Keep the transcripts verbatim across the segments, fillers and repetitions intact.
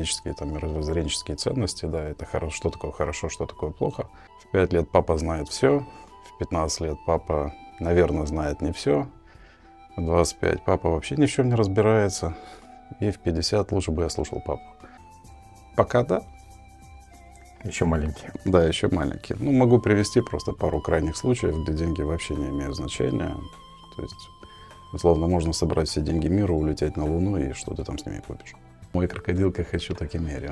человеческие, там, мировоззренческие ценности, да, это хорошо, что такое хорошо, что такое плохо. В пять лет папа знает все, в пятнадцать лет папа, наверное, знает не все, в двадцать пять папа вообще ни в чем не разбирается, и в пятьдесят лучше бы я слушал папу. Пока да. Еще маленький. Да, еще маленький. Ну, могу привести просто пару крайних случаев, где деньги вообще не имеют значения. То есть, условно, можно собрать все деньги мира, улететь на Луну, и что ты там с ними купишь. Мой крокодил, как хочу, так и меряю.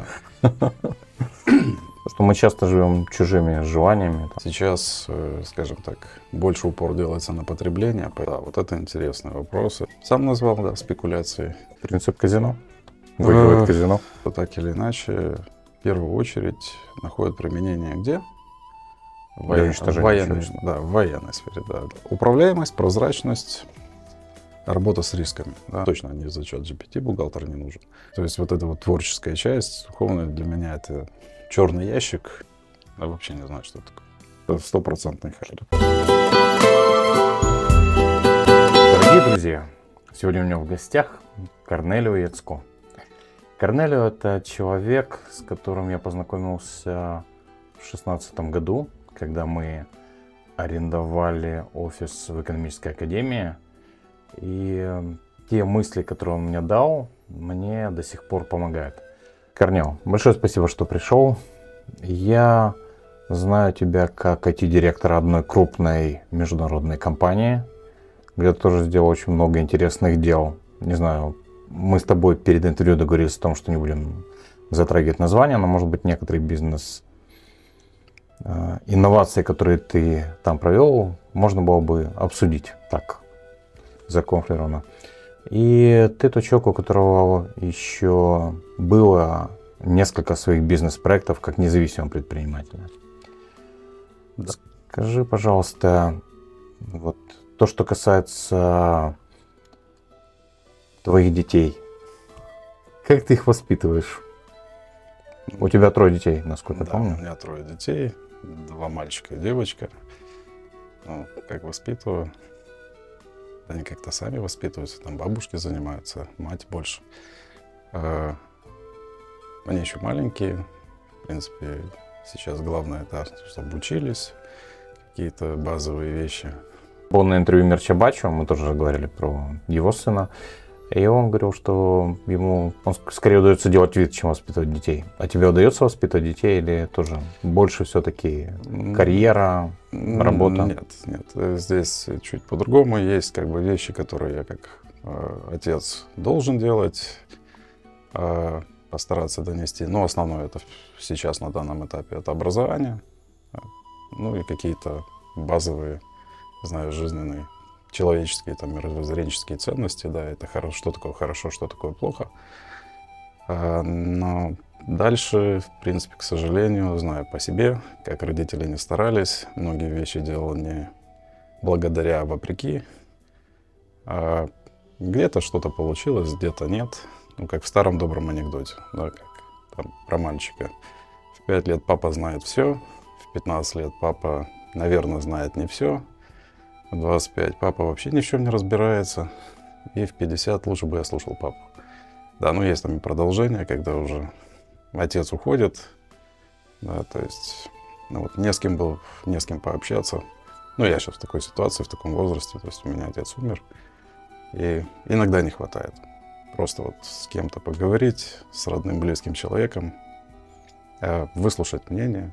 Что мы часто живем чужими желаниями. Сейчас, скажем так, больше упор делается на потребление. Да, вот это интересный вопрос. Сам назвал, да, спекуляцией. Принцип казино. Выигрывает казино. Так или иначе, в первую очередь находит применение где? В военной, да, в военной сфере, да. Управляемость, прозрачность, работа с рисками. Да. Точно не за счет джи пи ти бухгалтер не нужен. То есть вот эта вот творческая часть, духовная, для меня это черный ящик. Я вообще не знаю, что это такое. Это стопроцентный хайп. Дорогие друзья, сегодня у меня в гостях Корнелио Яцко. Корнелио — это человек, с которым я познакомился в шестнадцатом году, когда мы арендовали офис в экономической академии. И те мысли, которые он мне дал, мне до сих пор помогают. Корнел, большое спасибо, что пришел. Я знаю тебя как ай ти-директора одной крупной международной компании, где ты тоже сделал очень много интересных дел. Не знаю, мы с тобой перед интервью договорились о том, что не будем затрагивать название, но, может быть, некоторые бизнес инновации, которые ты там провел, можно было бы обсудить так, законфлированно. И ты тот человек, у которого еще было несколько своих бизнес-проектов как независимый предприниматель. Да. Скажи, пожалуйста, вот то, что касается твоих детей. Как ты их воспитываешь? У тебя трое детей, насколько да, я помню. У меня трое детей, два мальчика и девочка. Ну, как воспитываю? Они как-то сами воспитываются, там бабушки занимаются, мать больше. А, они еще маленькие, в принципе, сейчас главное, да, чтобы учились, какие-то базовые вещи. Был на интервью Мирча Бачо, мы тоже говорили про его сына, и он говорил, что ему он скорее удается делать вид, чем воспитывать детей. А тебе удается воспитывать детей или тоже больше все-таки карьера, работа? Нет, нет. Здесь чуть по-другому. Есть как бы вещи, которые я как э, отец должен делать, э, постараться донести. Но основное это сейчас на данном этапе это образование, ну и какие-то базовые, не знаю, жизненные, человеческие, там, мировоззренческие ценности, да, это хорошо, что такое хорошо, что такое плохо. А, но дальше, в принципе, к сожалению, знаю по себе, как родители не старались, многие вещи делал не благодаря, а вопреки. А где-то что-то получилось, где-то нет. Ну, как в старом добром анекдоте, да, как там про мальчика. В пять лет папа знает все, в пятнадцать лет папа, наверное, знает не все, в двадцать пять папа вообще ни в чем не разбирается, и в пятьдесят лучше бы я слушал папу. Да, ну есть там и продолжение, когда уже отец уходит, да, то есть, ну вот не с кем был, не с кем пообщаться. Ну, я сейчас в такой ситуации, в таком возрасте, то есть у меня отец умер, и иногда не хватает. Просто вот с кем-то поговорить, с родным, близким человеком, выслушать мнение.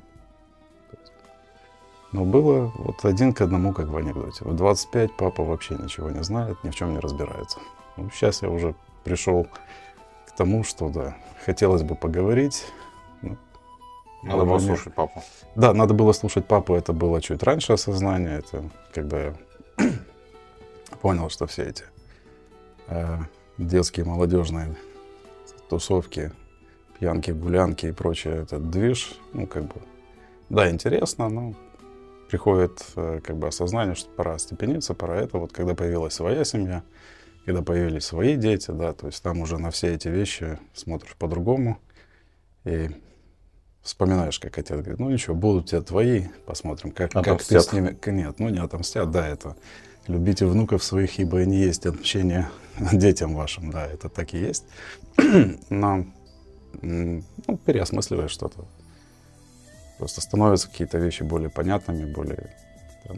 Но было вот один к одному, как в анекдоте. В двадцать пять папа вообще ничего не знает, ни в чем не разбирается. Ну, сейчас я уже пришел к тому, что, да, хотелось бы поговорить. Ну, надо было слушать папу. Да, надо было слушать папу. Это было чуть раньше осознание. Это когда я понял, что все эти э, детские, молодежные тусовки, пьянки, гулянки и прочее, этот движ, ну, как бы, да, интересно, но приходит как бы осознание, что пора остепениться, пора это. Вот когда появилась своя семья, когда появились свои дети, да, то есть там уже на все эти вещи смотришь по-другому и вспоминаешь, как отец говорит, ну ничего, будут у тебя твои, посмотрим, как, как ты с ними... Нет, ну не отомстят, да, это любите внуков своих, ибо они есть отмщение детям вашим, да, это так и есть. Но ну, переосмысливаешь что-то. Просто становятся какие-то вещи более понятными, более... Там,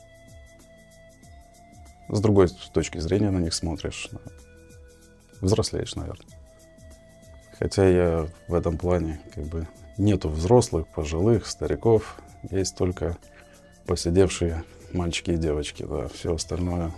с другой точки зрения на них смотришь. Взрослеешь, наверное. Хотя я в этом плане как бы нету взрослых, пожилых, стариков. Есть только посидевшие мальчики и девочки. Да, все остальное.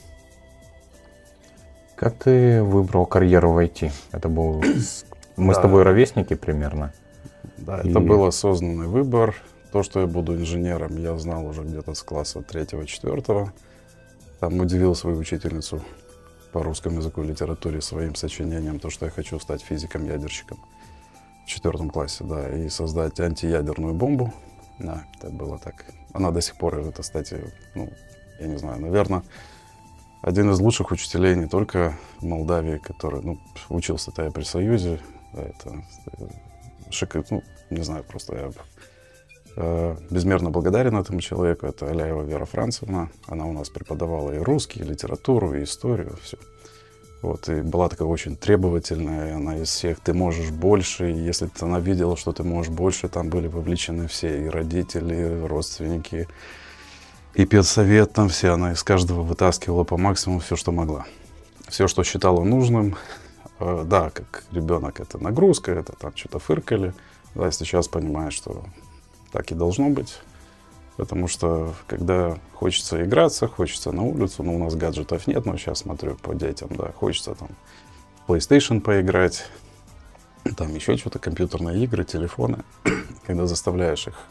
Как ты выбрал карьеру в ай ти? Это был... Мы Да. с тобой ровесники примерно. Да, И- это был осознанный выбор. То, что я буду инженером, я знал уже где-то с класса третьего-четвертого. Там удивил свою учительницу по русскому языку и литературе своим сочинением, то, что я хочу стать физиком-ядерщиком в четвертом классе, да, и создать антиядерную бомбу. Да, это было так. Она до сих пор, это, кстати, ну, я не знаю, наверное, один из лучших учителей не только в Молдавии, который, ну, учился-то я при Союзе, да, это, шик, ну, не знаю, просто я э, безмерно благодарен этому человеку. Это Аляева Вера Францевна. Она у нас преподавала и русский, и литературу, и историю, все. Вот, и была такая очень требовательная, она из всех, ты можешь больше, и если она видела, что ты можешь больше, там были вовлечены все, и родители, и родственники, и педсовет, там все, она из каждого вытаскивала по максимуму все, что могла. Все, что считала нужным, э, да, как ребенок, это нагрузка, это там что-то фыркали, да, сейчас понимаешь, что так и должно быть. Потому что, когда хочется играться, хочется на улицу, ну, у нас гаджетов нет, но сейчас смотрю по детям, да, хочется там в PlayStation поиграть, там еще что-то, компьютерные игры, телефоны, когда заставляешь их,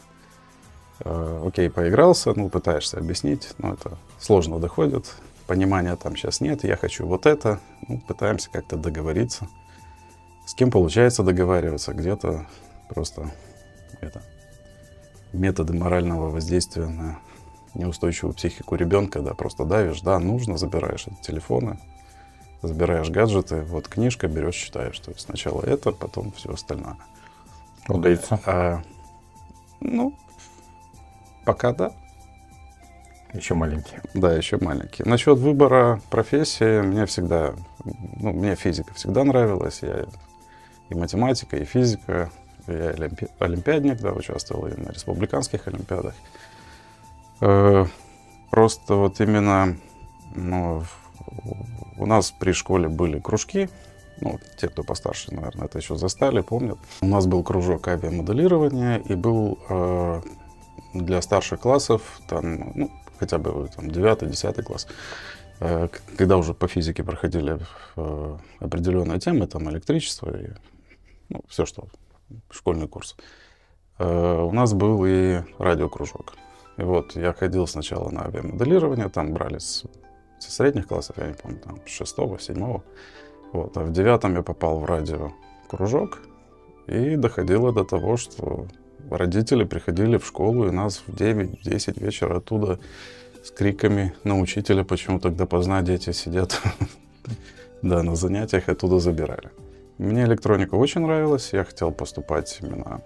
э, окей, поигрался, ну, пытаешься объяснить, но это сложно доходит, понимания там сейчас нет, я хочу вот это, ну, пытаемся как-то договориться, с кем получается договариваться, где-то просто это... методы морального воздействия на неустойчивую психику ребенка, да, просто давишь, да, нужно, забираешь эти телефоны, забираешь гаджеты, вот книжка, берешь, читаешь. То есть сначала это, потом все остальное. Удается? А, ну, пока да. Еще маленький. Да, еще маленький. Насчет выбора профессии, мне всегда, ну, мне физика всегда нравилась, я и математика, и физика. Я олимпи... олимпиадник, да, участвовал и на республиканских олимпиадах. Э, просто вот именно, ну, у нас при школе были кружки, ну, те, кто постарше, наверное, это еще застали, помнят. У нас был кружок авиамоделирования и был э, для старших классов, там, ну, хотя бы там девятый-десятый класс, э, когда уже по физике проходили э, определенные темы, там электричество и, ну, все, что школьный курс. Uh, у нас был и радиокружок. И вот я ходил сначала на авиамоделирование, там брали с, со средних классов, я не помню, там с шестого, седьмого. Вот. А в девятом я попал в радиокружок, и доходило до того, что родители приходили в школу, и нас в девять-десять вечера оттуда с криками на учителя, почему тогда поздно дети сидят да, на занятиях, оттуда забирали. Мне электроника очень нравилась, я хотел поступать именно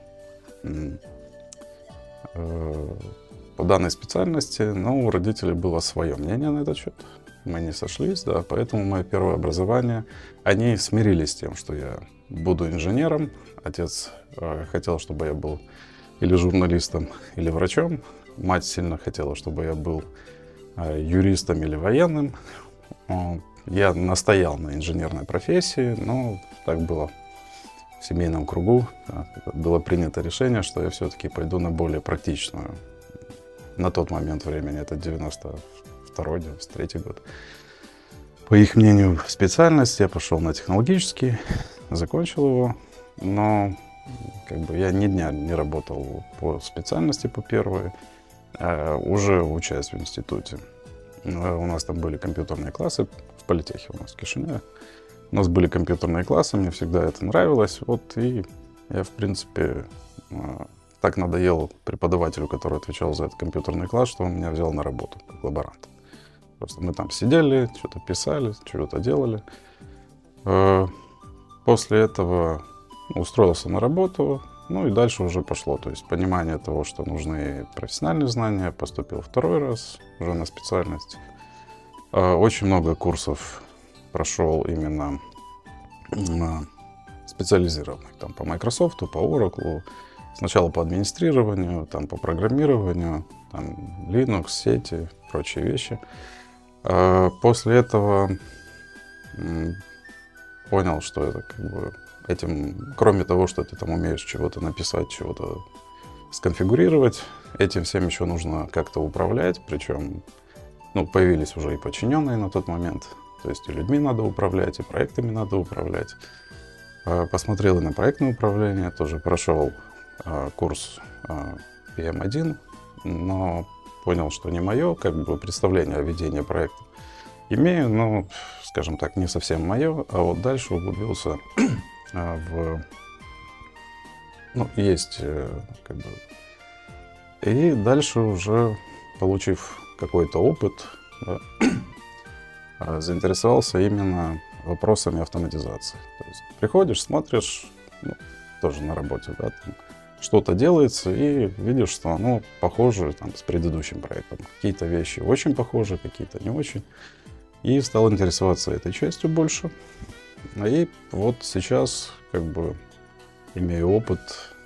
э, по данной специальности, но у родителей было свое мнение на этот счет. Мы не сошлись, да, поэтому мое первое образование, они смирились с тем, что я буду инженером. Отец э, хотел, чтобы я был или журналистом, или врачом. Мать сильно хотела, чтобы я был э, юристом или военным. Я настоял на инженерной профессии, но так было в семейном кругу. Было принято решение, что я все-таки пойду на более практичную. На тот момент времени, это девяносто второй девяносто третий год. По их мнению, специальность я пошел на технологический, закончил его, но как бы я ни дня не работал по специальности, по первой, а уже учась в институте. У нас там были компьютерные классы в политехе у нас в Кишиневе. У нас были компьютерные классы, мне всегда это нравилось. Вот и я, в принципе, так надоел преподавателю, который отвечал за этот компьютерный класс, что он меня взял на работу как лаборант. Просто мы там сидели, что-то писали, что-то делали. После этого устроился на работу, ну и дальше уже пошло. То есть понимание того, что нужны профессиональные знания, поступил второй раз уже на специальность. Очень много курсов прошел именно специализированных, там по Microsoft, по Oracle, сначала по администрированию, там по программированию, там Linux, сети, прочие вещи. А после этого понял, что это как бы этим, кроме того, что ты там умеешь чего-то написать, чего-то сконфигурировать, этим всем еще нужно как-то управлять, причем, ну, появились уже и подчиненные на тот момент, то есть и людьми надо управлять, и проектами надо управлять. Посмотрел и на проектное управление, тоже прошел курс пи эм один, но понял, что не мое, как бы представление о ведении проекта имею, но, скажем так, не совсем мое, а вот дальше углубился в... Ну, есть как бы... И дальше уже, получив какой-то опыт, да, заинтересовался именно вопросами автоматизации. То есть приходишь, смотришь, ну, тоже на работе, да, там что-то делается, и видишь, что оно похоже там с предыдущим проектом. Какие-то вещи очень похожи, какие-то не очень. И стал интересоваться этой частью больше. И вот сейчас как бы имею опыт,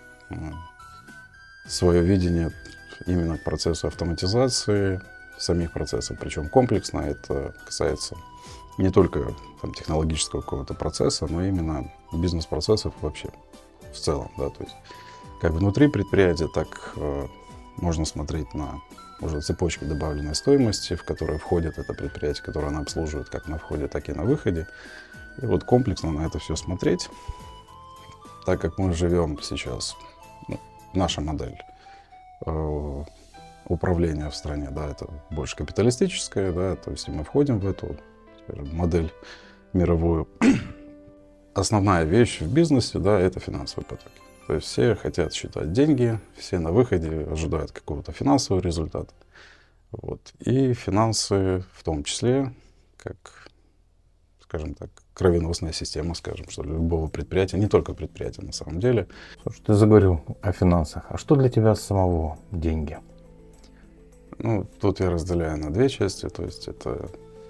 свое видение именно к процессу автоматизации самих процессов, причем комплексно. Это касается не только там технологического какого-то процесса, но именно бизнес-процессов вообще в целом, да, то есть как внутри предприятия, так э, можно смотреть на уже цепочки добавленной стоимости, в которую входит это предприятие, которое оно обслуживает как на входе, так и на выходе. И вот комплексно на это все смотреть, так как мы живем сейчас, ну, наша модель э, управления в стране, да, это больше капиталистическая, да, то есть мы входим в эту, скажем, модель мировую. Основная вещь в бизнесе, да, это финансовые потоки. То есть все хотят считать деньги, все на выходе ожидают какого-то финансового результата. Вот. И финансы в том числе, как, скажем так, кровеносная система, скажем, что для любого предприятия, не только предприятия на самом деле. Слушай, ты заговорил о финансах. А что для тебя самого деньги? Ну, тут я разделяю на две части. То есть это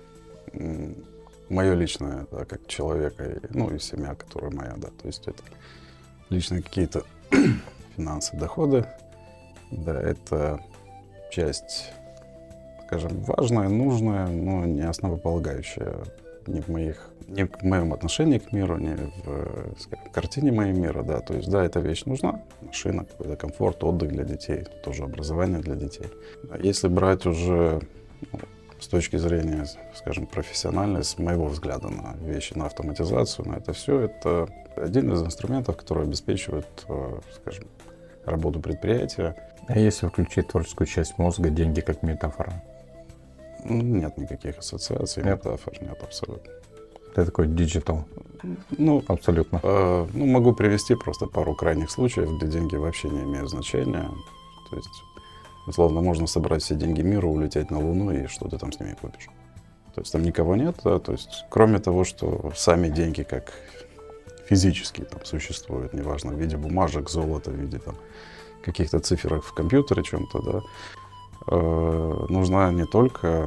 мое личное, да, как человека, ну и семья, которая моя, да. То есть это личные какие-то финансы, доходы. Да, это часть, скажем, важная, нужная, но не основополагающая ни в моих, ни в моем отношении к миру, ни в, скажем, картине моей мира, да. То есть, да, эта вещь нужна, машина, какой-то комфорт, отдых для детей, тоже образование для детей. Если брать уже, ну, с точки зрения, скажем, профессиональной, с моего взгляда на вещи, на автоматизацию, на это все, это один из инструментов, который обеспечивает, скажем, работу предприятия. А если включить творческую часть мозга, деньги как метафора? Нет никаких ассоциаций, нет. метафор, нет, абсолютно. Ты такой диджитал? Ну, абсолютно. Э, ну, могу привести просто пару крайних случаев, где деньги вообще не имеют значения. То есть, условно, можно собрать все деньги мира, улететь на Луну, и что ты там с ними купишь. То есть там никого нет, да, то есть кроме того, что сами деньги как физически там существуют, неважно, в виде бумажек, золота, в виде там каких-то циферок в компьютере, чем-то, да, э, нужна не только,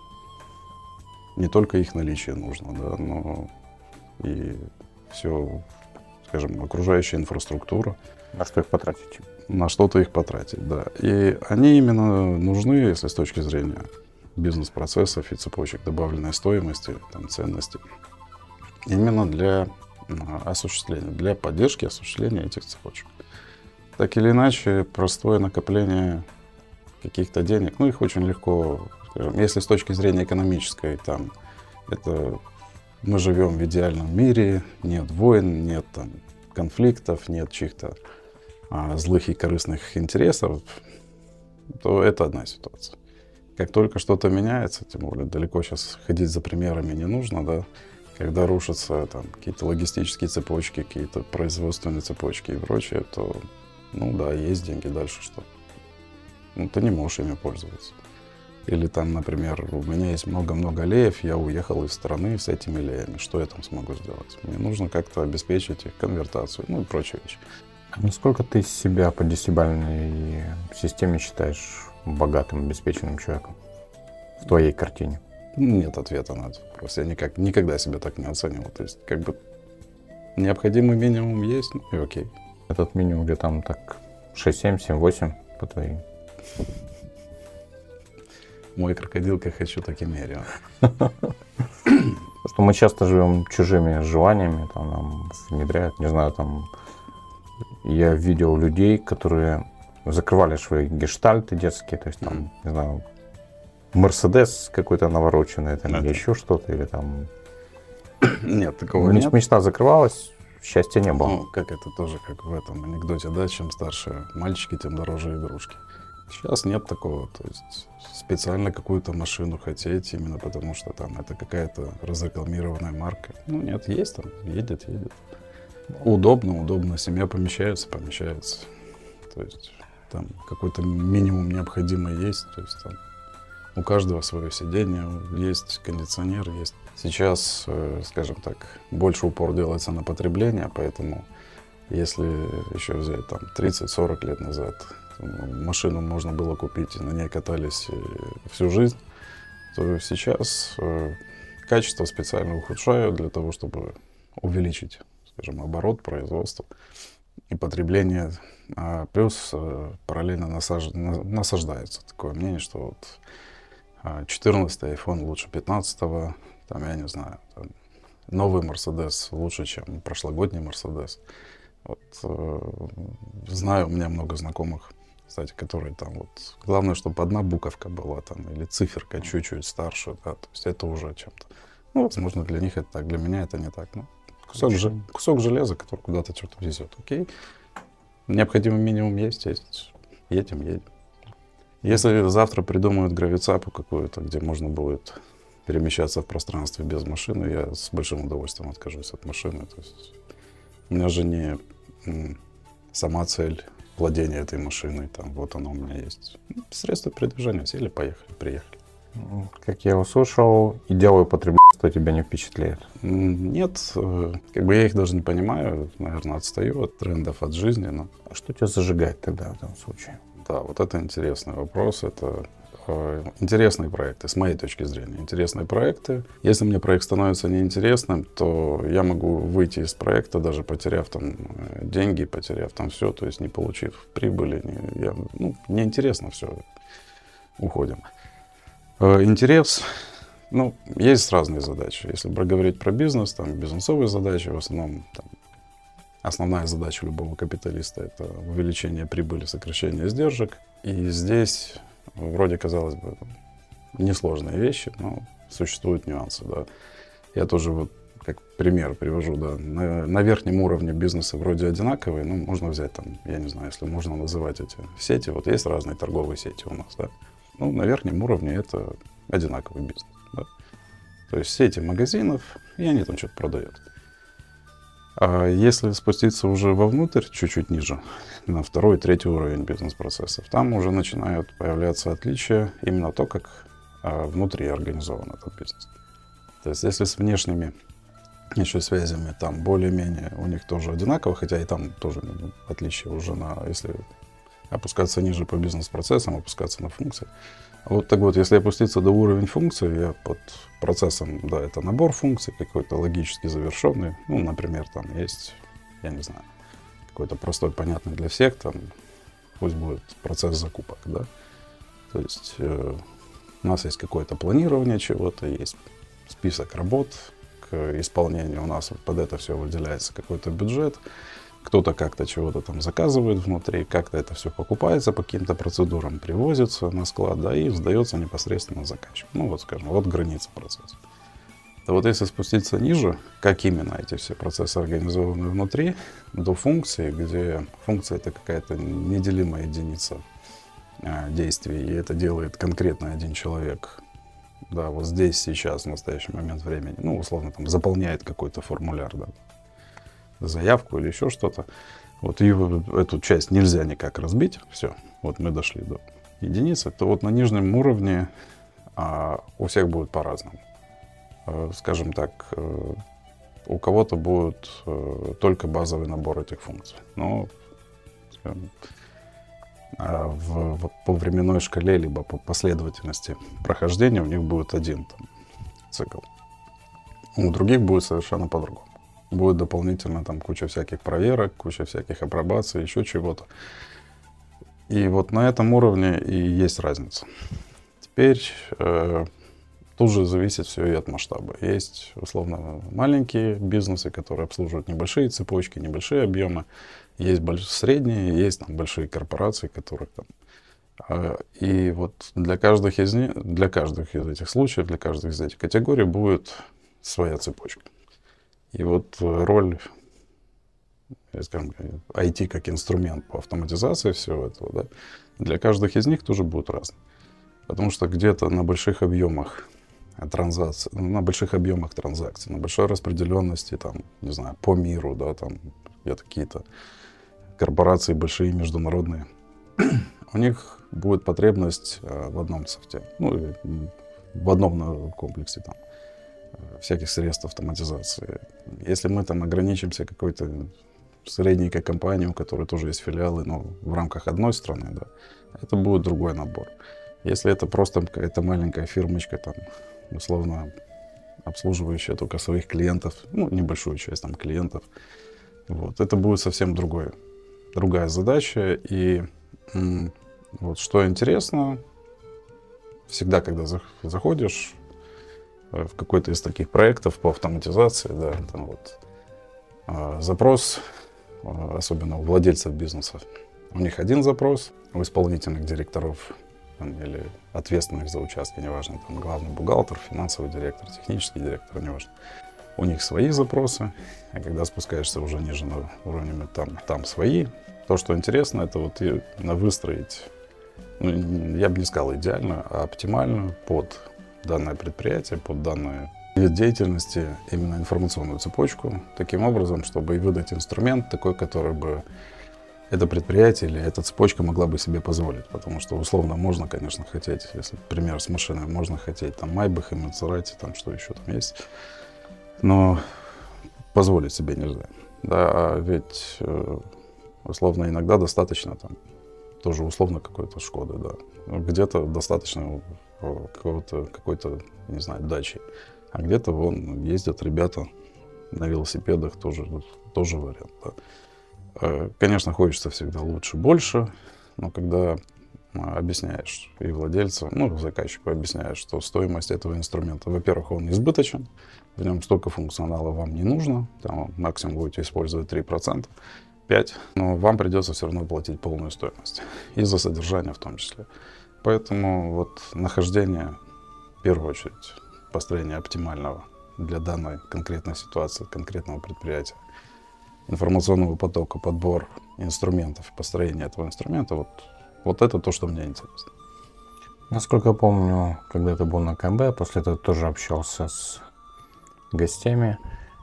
не только их наличие нужно, да, но и все, скажем, окружающая инфраструктура. На что их потратить? На что-то их потратить, да. И они именно нужны, если с точки зрения бизнес-процессов и цепочек добавленной стоимости, там, ценности, именно для осуществления, для поддержки осуществления этих цепочек. Так или иначе, простое накопление каких-то денег, ну, их очень легко, скажем, если с точки зрения экономической, там, это мы живем в идеальном мире, нет войн, нет там конфликтов, нет чьих-то а, злых и корыстных интересов, то это одна ситуация. Как только что-то меняется, тем более далеко сейчас ходить за примерами не нужно, да, когда рушатся там какие-то логистические цепочки, какие-то производственные цепочки и прочее, то, ну да, есть деньги, дальше что? Ну, ты не можешь ими пользоваться. Или там, например, у меня есть много-много леев, я уехал из страны с этими леями. Что я там смогу сделать? Мне нужно как-то обеспечить их конвертацию, ну и прочие вещи. Насколько ты себя по десятибалльной системе считаешь богатым, обеспеченным человеком в твоей картине? Нет ответа на этот вопрос. Я никак, никогда себя так не оценивал. То есть, как бы, Необходимый минимум есть, ну и окей. Этот минимум где там так шесть семь, семь восемь по твоим. Мой крокодил, как хочу, так и меряю. Потому что мы часто живем чужими желаниями, там нам внедряют, не знаю, там я видел людей, которые закрывали свои гештальты детские, то есть там, mm. не знаю, Мерседес какой-то навороченный, там, или еще что-то, или там... Нет, такого нет. Мечта закрывалась, счастья не было. Ну, как это тоже, как в этом анекдоте, да, чем старше мальчики, тем дороже игрушки. Сейчас нет такого, то есть специально какую-то машину хотеть, именно потому что там это какая-то разрекламированная марка. Ну нет, есть там, едет, едет. Удобно, удобно, семья помещается, помещается. То есть там какой-то минимум необходимый есть, то есть там у каждого свое сиденье, есть кондиционер, есть. Сейчас, скажем так, больше упор делается на потребление, поэтому если еще взять там тридцать-сорок лет назад, машину можно было купить, и на ней катались всю жизнь, то сейчас качество специально ухудшают для того, чтобы увеличить, скажем, оборот производства и потребление. А плюс параллельно насаж... насаждается такое мнение, что вот четырнадцатый iPhone лучше пятнадцатого, там, я не знаю, там, новый Mercedes лучше, чем прошлогодний Mercedes. Вот, э, знаю, у меня много знакомых, кстати, которые там вот... Главное, чтобы одна буковка была там, или циферка чуть-чуть старше, да, то есть это уже чем-то. Ну, возможно, для них это так, для меня это не так. Ну, кусок, же, кусок железа, который куда-то что-то везет, окей. Необходимый минимум есть, есть. Едем, едем. Если завтра придумают гравицапу какую-то, где можно будет перемещаться в пространстве без машины, я с большим удовольствием откажусь от машины. То есть у меня же не м, сама цель владения этой машиной, там, вот она у меня есть. Средства передвижения, сели, поехали, приехали. Как я услышал, идеалы потребления тебя не впечатляет? Нет, как бы я их даже не понимаю, наверное, отстаю от трендов, от жизни. Но... А что тебя зажигает тогда в этом случае? Да, вот это интересный вопрос, это э, интересные проекты, с моей точки зрения, интересные проекты. Если мне проект становится неинтересным, то я могу выйти из проекта, даже потеряв там деньги, потеряв там все, то есть не получив прибыли, не, я, ну, неинтересно все, уходим. Э, интерес, ну, есть разные задачи. Если говорить про бизнес, там бизнесовые задачи, в основном там, основная задача любого капиталиста – это увеличение прибыли, сокращение издержек. И здесь, вроде, казалось бы, несложные вещи, но существуют нюансы. Да. Я тоже, вот, как пример привожу, да, на, на верхнем уровне бизнеса вроде одинаковые, ну, можно взять там, я не знаю, если можно называть эти сети, вот есть разные торговые сети у нас, да. Ну, на верхнем уровне это одинаковый бизнес, да. То есть сети магазинов, и они там что-то продают. А если спуститься уже вовнутрь, чуть-чуть ниже, на второй, третий уровень бизнес-процессов, там уже начинают появляться отличия, именно то, как а, внутри организован этот бизнес. То есть если с внешними еще связями там более-менее у них тоже одинаково, хотя и там тоже ну, отличия уже на, если опускаться ниже по бизнес-процессам, опускаться на функции. Вот так вот, если опуститься до уровня функций, я под процессом, да, это набор функций какой-то логически завершенный. Ну, например, там есть, я не знаю, какой-то простой, понятный для всех, там, пусть будет процесс закупок, да. То есть э, у нас есть какое-то планирование чего-то, есть список работ к исполнению, у нас под это все выделяется какой-то бюджет. Кто-то как-то чего-то там заказывает внутри, как-то это все покупается по каким-то процедурам, привозится на склад, да, и сдается непосредственно заказчику. Ну, вот, скажем, вот граница процесса. Да вот если спуститься ниже, как именно эти все процессы организованы внутри, до функции, где функция — это какая-то неделимая единица а, действий, и это делает конкретно один человек, да, вот здесь, сейчас, в настоящий момент времени, ну, условно, там, заполняет какой-то формуляр, да, заявку или еще что-то. Вот и эту часть нельзя никак разбить. Все, вот мы дошли до единицы. То вот на нижнем уровне а, у всех будет по-разному. А, скажем так, а, у кого-то будет а, только базовый набор этих функций. Но скажем, а в, в, по временной шкале, либо по последовательности прохождения у них будет один там, цикл. У других будет совершенно по-другому. будет дополнительно там куча всяких проверок, куча всяких апробаций, еще чего-то. И вот на этом уровне и есть разница. Теперь э, тут же зависит все и от масштаба. Есть условно маленькие бизнесы, которые обслуживают небольшие цепочки, небольшие объемы. Есть больш... средние, есть там большие корпорации, которые там. Э, и вот для каждых из них, для каждых из этих случаев, для каждой из этих категорий будет своя цепочка. И вот роль, скажем, ай ти как инструмент по автоматизации всего этого, да, для каждых из них тоже будет разный. Потому что где-то на больших объемах транзакций, на больших объемах транзакций, на большой распределенности, там, не знаю, по миру, да, там где-то какие-то корпорации большие, международные, у них будет потребность в одном софте, ну, в одном комплексе там всяких средств автоматизации. Если мы там ограничимся какой-то средненькой компанией, у которой тоже есть филиалы, но в рамках одной страны, да, это будет другой набор. Если это просто какая-то маленькая фирмочка, там, условно, обслуживающая только своих клиентов, ну, небольшую часть там клиентов, вот, это будет совсем другой, другая задача. И м- вот что интересно, всегда, когда заходишь в какой-то из таких проектов по автоматизации, да, там вот э, запрос, э, особенно у владельцев бизнеса, у них один запрос, у исполнительных директоров там, или ответственных за участки, неважно, там главный бухгалтер, финансовый директор, технический директор, неважно, у них свои запросы, а когда спускаешься уже ниже на уровне, там, там свои. То, что интересно, это вот и выстроить, ну, я бы не сказал идеально, а оптимально под данное предприятие, под данный вид деятельности, именно информационную цепочку, таким образом, чтобы и выдать инструмент такой, который бы это предприятие или эта цепочка могла бы себе позволить. Потому что, условно, можно, конечно, хотеть, если пример с машиной, можно хотеть там Майбах и Мацерати, там что еще там есть, но позволить себе нельзя. Да, а ведь, условно, иногда достаточно там, тоже условно какой-то Шкоды, да, где-то достаточно какого-то, какой-то, не знаю, дачи. А где-то вон ездят ребята на велосипедах, тоже, тоже вариант. Да. Конечно, хочется всегда лучше, больше, но когда объясняешь и владельцу, ну, заказчику объясняешь, что стоимость этого инструмента, во-первых, он избыточен, в нем столько функционала вам не нужно, там максимум будете использовать три процента, пять процентов, но вам придется все равно платить полную стоимость, и за содержание в том числе. Поэтому вот нахождение, в первую очередь, построение оптимального для данной конкретной ситуации, конкретного предприятия, информационного потока, подбор инструментов, построение этого инструмента, вот, вот это то, что мне интересно. Насколько я помню, когда ты был на КБ, после этого тоже общался с гостями,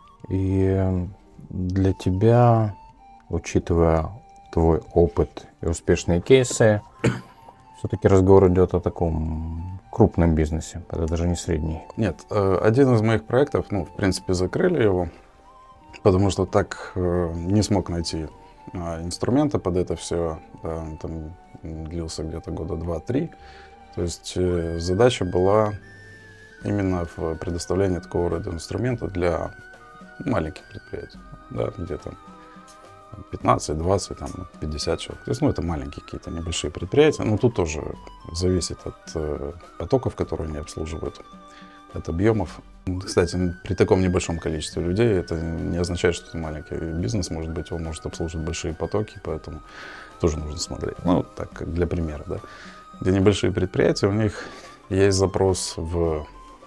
и для тебя, учитывая твой опыт и успешные кейсы, все-таки разговор идет о таком крупном бизнесе, это даже не средний. Нет, один из моих проектов, ну, в принципе, закрыли его, потому что так не смог найти инструмента под это все. Да, он там длился где-то года два-три. То есть задача была именно в предоставлении такого рода инструмента для маленьких предприятий, да, где-то пятнадцать, двадцать, там, пятьдесят человек. То есть, ну, это маленькие какие-то небольшие предприятия. Но тут тоже зависит от э, потоков, которые они обслуживают, от объемов. Кстати, при таком небольшом количестве людей это не означает, что это маленький бизнес. Может быть, он может обслуживать большие потоки, поэтому тоже нужно смотреть. Ну, так, как для примера, да. Где небольшие предприятия, у них есть запрос в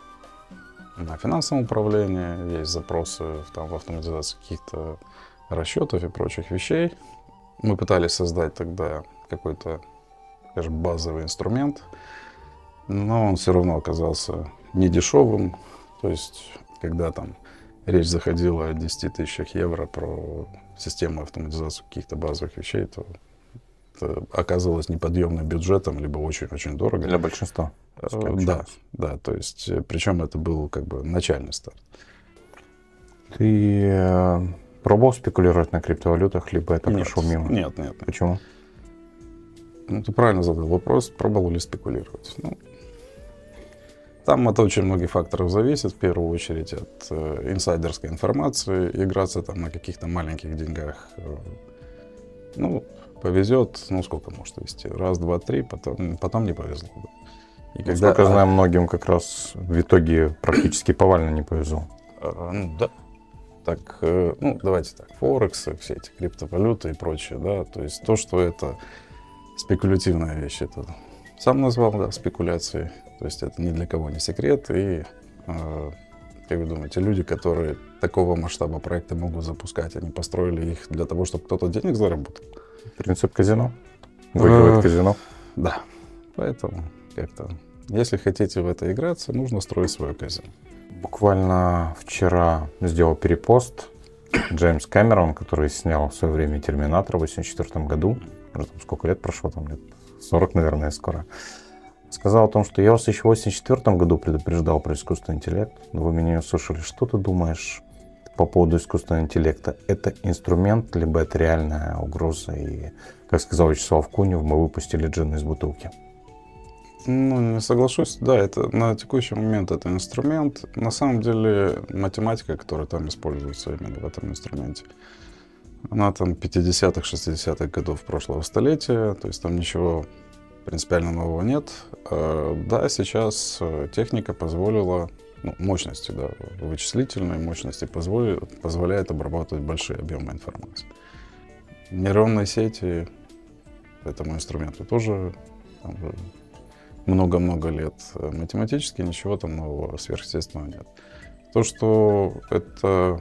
на финансовое управление, есть запросы в, там, в автоматизации каких-то расчетов и прочих вещей. Мы пытались создать тогда какой-то, скажем, базовый инструмент, но он все равно оказался недешевым. То есть, когда там речь заходила о десяти тысячах евро про систему автоматизации каких-то базовых вещей, то это оказывалось неподъемным бюджетом, либо очень-очень дорого. Для большинства. Да, да, то есть, причем это был как бы начальный старт. Ты э, пробовал спекулировать на криптовалютах, либо это нет, прошло мимо? Нет, нет. Почему? Ну, ты правильно задал вопрос, пробовал ли спекулировать. Ну, Там от очень многих факторов зависит, в первую очередь от э, инсайдерской информации. Играться там на каких-то маленьких деньгах, э, ну, повезет, ну, сколько может вести? Раз, два, три, потом, потом не повезло. И когда, Насколько знаю, многим как раз в итоге практически повально не повезло. Э, ну, да. Так, э, ну, давайте так, Форексы, все эти криптовалюты и прочее, да, то есть то, что это спекулятивная вещь, это сам назвал, да, спекуляцией. То есть это ни для кого не секрет. И, э, как вы думаете, люди, которые такого масштаба проекты могут запускать, они построили их для того, чтобы кто-то денег заработал? Принцип казино. Выигрывает казино. Да. Поэтому как-то, если хотите в это играться, нужно строить свое казино. Буквально вчера сделал перепост Джеймс Кэмерон, который снял в свое время «Терминатор» в восемьдесят четвёртом году. Уже там сколько лет прошло, там лет сорок, наверное, скоро. Сказал о том, что я вас еще в восемьдесят четвёртом году предупреждал про искусственный интеллект, но вы меня не услышали. Что ты думаешь по поводу искусственного интеллекта? Это инструмент, либо это реальная угроза? И, как сказал Вячеслав Кунев, мы выпустили джин из бутылки. Ну, не соглашусь. Да, это на текущий момент это инструмент. На самом деле математика, которая там используется именно в этом инструменте, она там пятидесятых, шестидесятых годов прошлого столетия, то есть там ничего принципиально нового нет. Да, сейчас техника позволила, ну, мощности, да, вычислительные мощности позволят, позволяет обрабатывать большие объемы информации. Нейронные сети этому инструменту тоже много-много лет. Математически ничего там нового, сверхъестественного нет. То, что это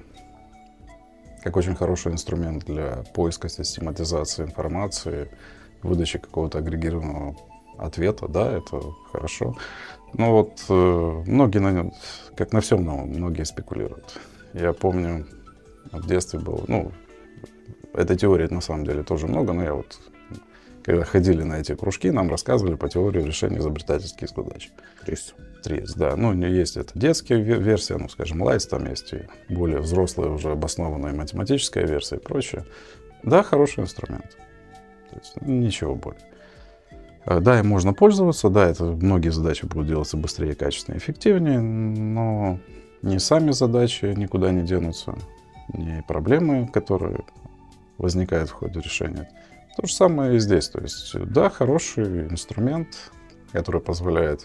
как очень хороший инструмент для поиска, систематизации информации, выдачи какого-то агрегированного ответа, да, это хорошо. Но вот э, многие, на нем, как на всем новом, многие спекулируют. Я помню, в детстве был, ну, этой теории на самом деле тоже много, но я вот, когда ходили на эти кружки, нам рассказывали по теории решения изобретательских задач. Трис. Трис, да. Ну, есть это детская версия, ну, скажем, Лайс, там есть и более взрослая, уже обоснованная математическая версия и прочее. Да, хороший инструмент. То есть ничего более. Да, им можно пользоваться, да, это многие задачи будут делаться быстрее, качественнее, эффективнее, но не сами задачи никуда не денутся, не проблемы, которые возникают в ходе решения. То же самое и здесь. То есть, да, хороший инструмент, который позволяет,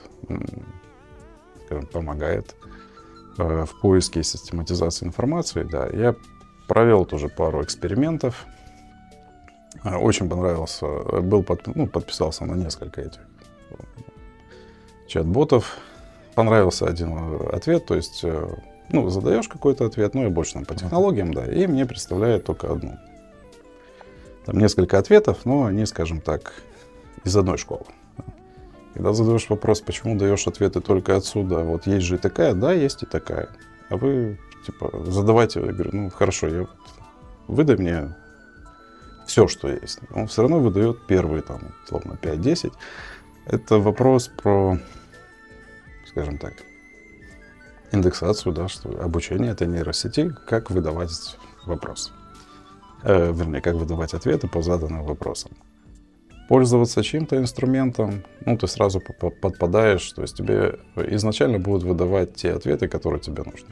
скажем, помогает в поиске и систематизации информации. Да, я провел тоже пару экспериментов. Очень понравился, был под, ну, подписался на несколько этих чат-ботов. Понравился один ответ, то есть, ну, задаешь какой-то ответ, ну, я больше там по технологиям, да, и мне представляет только одну. Там несколько ответов, но они, скажем так, из одной школы. Когда задаешь вопрос, почему даешь ответы только отсюда, вот есть же и такая, да, есть и такая. А вы, типа, задавайте, я говорю, ну, хорошо, я, выдай мне все, что есть. Он все равно выдает первые, там, условно, пять-десять. Это вопрос про, скажем так, индексацию, да, что обучение этой нейросети, как выдавать вопросы. Э, вернее, как выдавать ответы по заданным вопросам. Пользоваться чьим-то инструментом, ну, ты сразу подпадаешь, то есть тебе изначально будут выдавать те ответы, которые тебе нужны.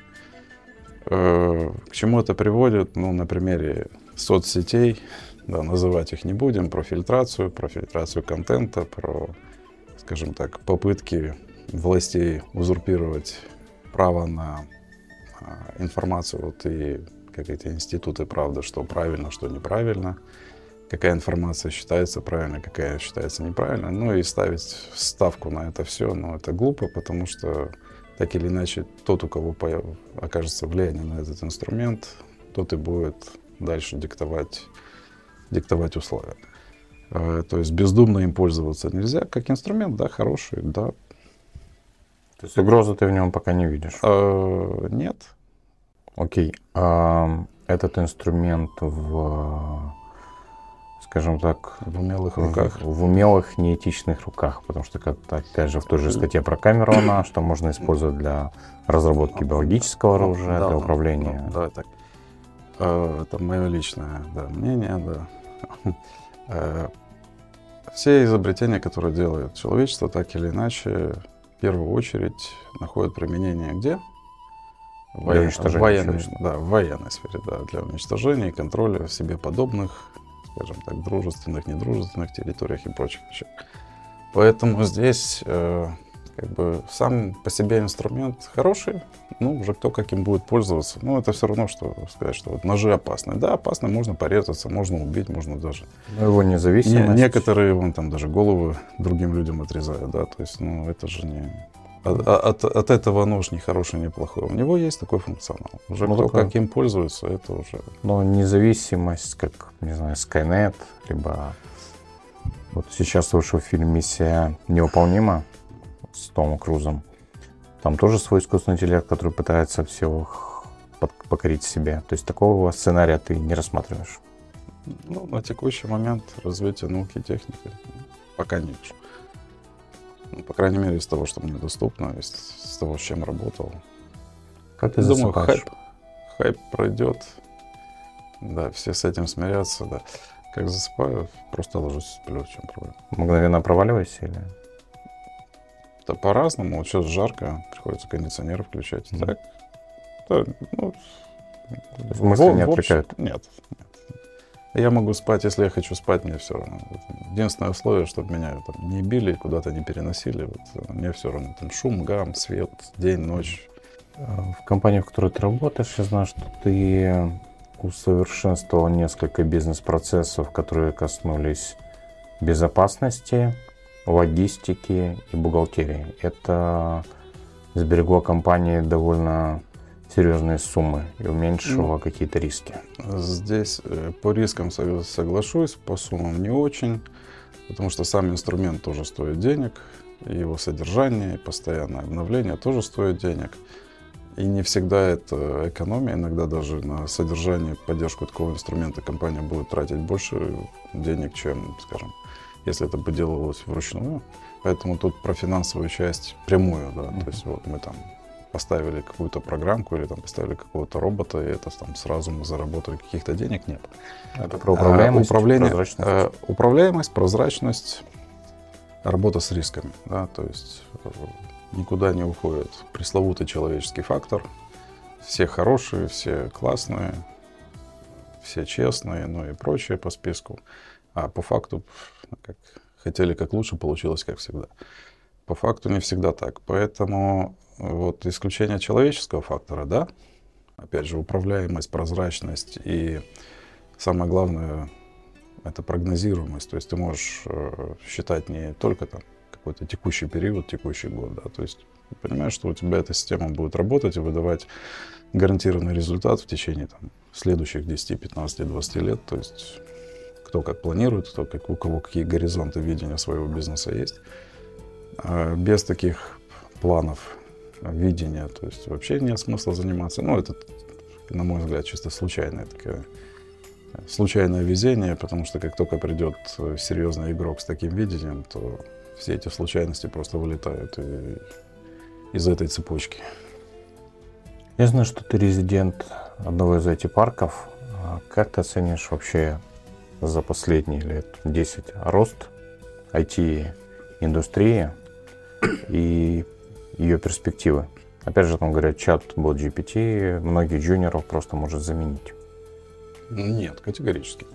Э, к чему это приводит? Ну, на примере соцсетей, да, называть их не будем, про фильтрацию, про фильтрацию контента, про, скажем так, попытки властей узурпировать право на а, информацию, вот, и как эти институты правды, что правильно, что неправильно, какая информация считается правильной, какая считается неправильной, ну и ставить ставку на это все, но это глупо, потому что так или иначе тот, у кого окажется влияние на этот инструмент, тот и будет дальше диктовать, диктовать условия. То есть бездумно им пользоваться нельзя. Как инструмент, да, хороший, да. То есть угрозы ты в нем пока не видишь? А, нет. Окей. А этот инструмент в, скажем так, в умелых руках? В, в умелых, неэтичных руках. Потому что, как, опять же, в той же статье про Кэмерона, что можно использовать для разработки биологического оружия, да, для управления. Да, да, так. Это мое личное, да, мнение, да. Все изобретения, которые делает человечество, так или иначе, в первую очередь находят применение где? В, Для воен... уничтожения в, военной... человечества. да, в военной сфере, да, для уничтожения и контроля себе подобных, скажем так, дружественных, недружественных территориях и прочих вещах. Поэтому здесь э, как бы сам по себе инструмент хороший, ну, уже кто каким будет пользоваться. Ну, это все равно, что сказать, что вот ножи опасны. Да, опасно, можно порезаться, можно убить, можно даже... Но его независимость... Не, некоторые, вон там даже головы другим людям отрезают, да, то есть, ну, это же не... От, от, от этого нож не хороший, не плохой. У него есть такой функционал. Уже Ну, кто такое. каким пользуется, это уже... Но независимость, как, не знаю, Skynet, либо... Вот сейчас вышел фильм «Миссия невыполнима» с Томом Крузом. Там тоже свой искусственный интеллект, который пытается все покорить себе. То есть такого сценария ты не рассматриваешь? Ну, на текущий момент развития науки и техники пока не вижу. Ну, по крайней мере, из того, что мне доступно, из, из того, с чем работал. Как ты Думаю, засыпаешь? хайп, хайп пройдет. Да, все с этим смирятся, да. Как засыпаю, просто ложусь и сплю, в чем проблема. Мгновенно проваливаешься или... Да по-разному. Вот сейчас жарко, приходится кондиционер включать. Mm-hmm. Так, да, ну, В мысли не в общем, отвлекают? Нет, нет. Я могу спать, если я хочу спать, мне все равно. Единственное условие, чтобы меня там не били, куда-то не переносили. Вот, мне все равно. Там шум, гам, свет, день, ночь. В компании, в которой ты работаешь, я знаю, что ты усовершенствовал несколько бизнес-процессов, которые коснулись безопасности, логистики и бухгалтерии. Это сберегло компании довольно серьезные суммы и уменьшило Ну, какие-то риски. Здесь э, по рискам сог- соглашусь, по суммам не очень, потому что сам инструмент тоже стоит денег, и его содержание, и постоянное обновление тоже стоит денег. И не всегда это экономия, иногда даже на содержание, поддержку такого инструмента компания будет тратить больше денег, чем, скажем, если это бы делалось вручную. Поэтому тут про финансовую часть прямую, да, mm-hmm. то есть вот мы там поставили какую-то программку или там поставили какого-то робота, и это там сразу мы заработали каких-то денег, нет. Это про управляемость, а, управление, прозрачность? А, управляемость, прозрачность, работа с рисками, да, то есть никуда не уходит пресловутый человеческий фактор. Все хорошие, все классные, все честные, ну и прочее по списку. А по факту, как хотели как лучше, получилось как всегда. По факту не всегда так. Поэтому вот исключение человеческого фактора, да, опять же, управляемость, прозрачность и самое главное, это прогнозируемость. То есть ты можешь э, считать не только там какой-то текущий период, текущий год, да, то есть ты понимаешь, что у тебя эта система будет работать и выдавать гарантированный результат в течение там следующих десяти, пятнадцати, двадцати лет, то есть кто как планирует, кто как, у кого какие горизонты видения своего бизнеса есть. А без таких планов, видения, то есть вообще нет смысла заниматься. Ну, это, на мой взгляд, чисто случайное такое, случайное везение, потому что как только придет серьезный игрок с таким видением, то все эти случайности просто вылетают и, из этой цепочки. Я знаю, что ты резидент одного из ай ти-парков. Как ты оценишь вообще за последние лет десять рост ай ти-индустрии и ее перспективы? Опять же, там говорят, чат-бот джи пи ти многих джуниоров просто может заменить. Нет, категорически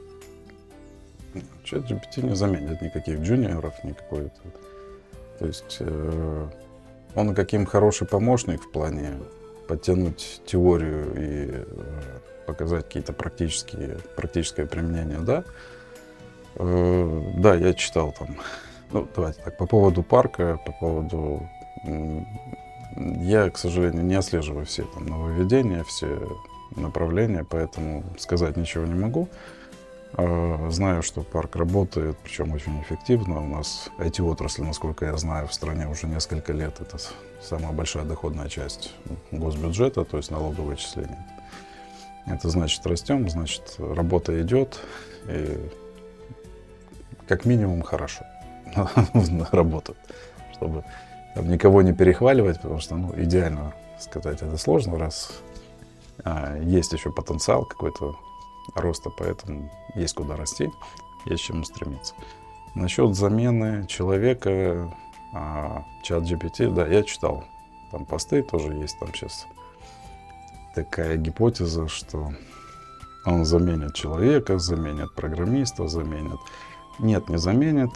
нет. Чат джи пи ти не заменит никаких джуниоров, никакой. То есть э, он каким хороший помощник в плане подтянуть теорию и э, показать какие-то практические, практическое применение, да. Э, да, я читал там, ну, давайте так, по поводу парка, по поводу... Э, я, к сожалению, не отслеживаю все там нововведения, все направления, поэтому сказать ничего не могу. Знаю, что парк работает, причем очень эффективно. У нас ай ти-отрасль, насколько я знаю, в стране уже несколько лет. Это самая большая доходная часть госбюджета, то есть налоговые отчисления. Это значит, растем, значит, работа идет, и как минимум хорошо работает, чтобы там никого не перехваливать, потому что, ну, идеально сказать это сложно, раз а, есть еще потенциал какой-то роста, поэтому есть куда расти, есть к чему стремиться. Насчет замены человека, А чат джи пи ти, да, я читал там посты, тоже есть там сейчас такая гипотеза, что он заменит человека, заменит программиста, заменит. Нет, не заменит.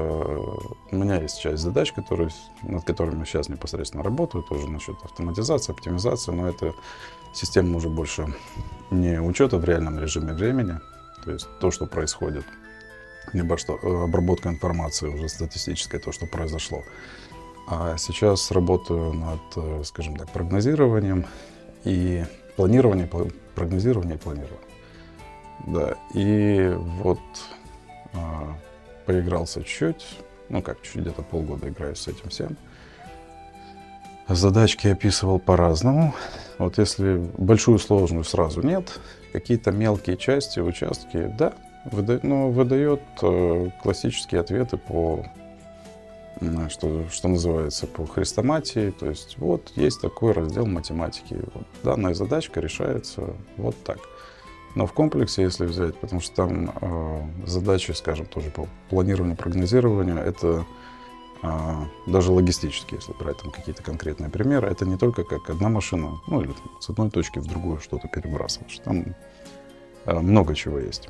У меня есть часть задач, которые, над которыми сейчас непосредственно работаю, тоже насчет автоматизации, оптимизации, но это система уже больше не учета в реальном режиме времени, то есть то, что происходит, либо что обработка информации уже статистической, то, что произошло. А сейчас работаю над, скажем так, прогнозированием и планированием, прогнозированием и планированием. Да, и вот а, поигрался чуть-чуть, ну как, чуть где-то полгода играю с этим всем. Задачки описывал по-разному. Вот если большую сложную сразу нет, какие-то мелкие части, участки, да, выда, ну, выдает э, классические ответы по, что, что называется, по хрестоматии. То есть вот есть такой раздел математики. Вот, данная задачка решается вот так. Но в комплексе, если взять, потому что там э, задачи, скажем, тоже по планированию, прогнозированию, это э, даже логистически, если брать там какие-то конкретные примеры, это не только как одна машина, ну или там, с одной точки в другую что-то перебрасываешь. Там э, много чего есть.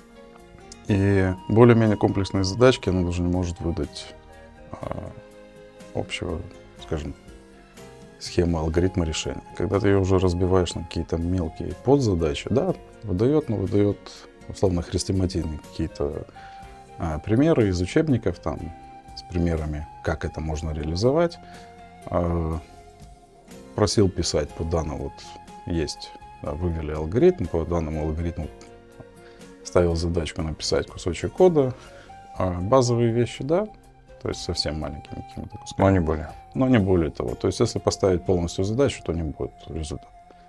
И более-менее комплексные задачки она даже не может выдать э, общего, скажем, схемы, алгоритма решения. Когда ты ее уже разбиваешь на какие-то мелкие подзадачи, да, выдает, но выдает условно хрестоматийные какие-то а, примеры из учебников там с примерами, как это можно реализовать. А, просил писать по данному, вот есть, да, вывели алгоритм, по данному алгоритму ставил задачку написать кусочек кода, а базовые вещи, да, то есть совсем маленькими какими-то кусками. Но не более. Но не более того. То есть если поставить полностью задачу, то не будет результата.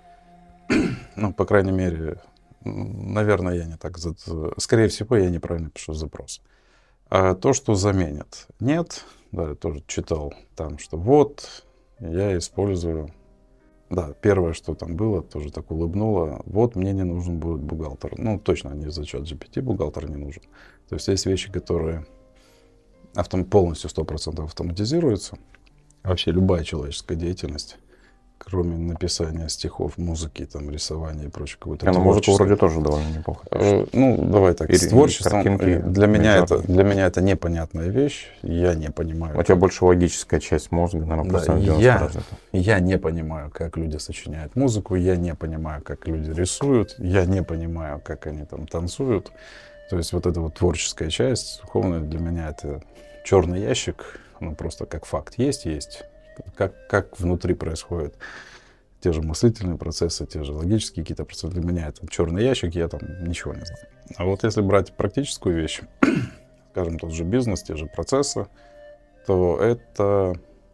Ну, по крайней мере, наверное, я не так... Скорее всего, я неправильно пишу запрос. А то, что заменит, нет. Да, я тоже читал там, что вот, я использую... Да, первое, что там было, тоже так улыбнуло. Вот, мне не нужен будет бухгалтер. Ну, точно не за чат джи пи ти бухгалтер не нужен. То есть есть вещи, которые... Автом, полностью сто процентов автоматизируется. Вообще любая человеческая деятельность, кроме написания стихов, музыки, там, рисования и прочего. Какой-то а музыку вроде тоже довольно неплохо. Э, ну, давай так, и, с творчеством. Картинки, для, меня это, для меня это непонятная вещь. Я не понимаю. У тебя больше логическая часть мозга, наверное, да, просто я, я не понимаю, как люди сочиняют музыку, я не понимаю, как люди рисуют, я не понимаю, как они там танцуют. То есть вот эта вот творческая часть, духовная, для меня это черный ящик, ну просто как факт есть, есть. Как, как внутри происходят те же мыслительные процессы, те же логические какие-то процессы. Для меня это черный ящик, я там ничего не знаю. А вот если брать практическую вещь, скажем, тот же бизнес, те же процессы, то это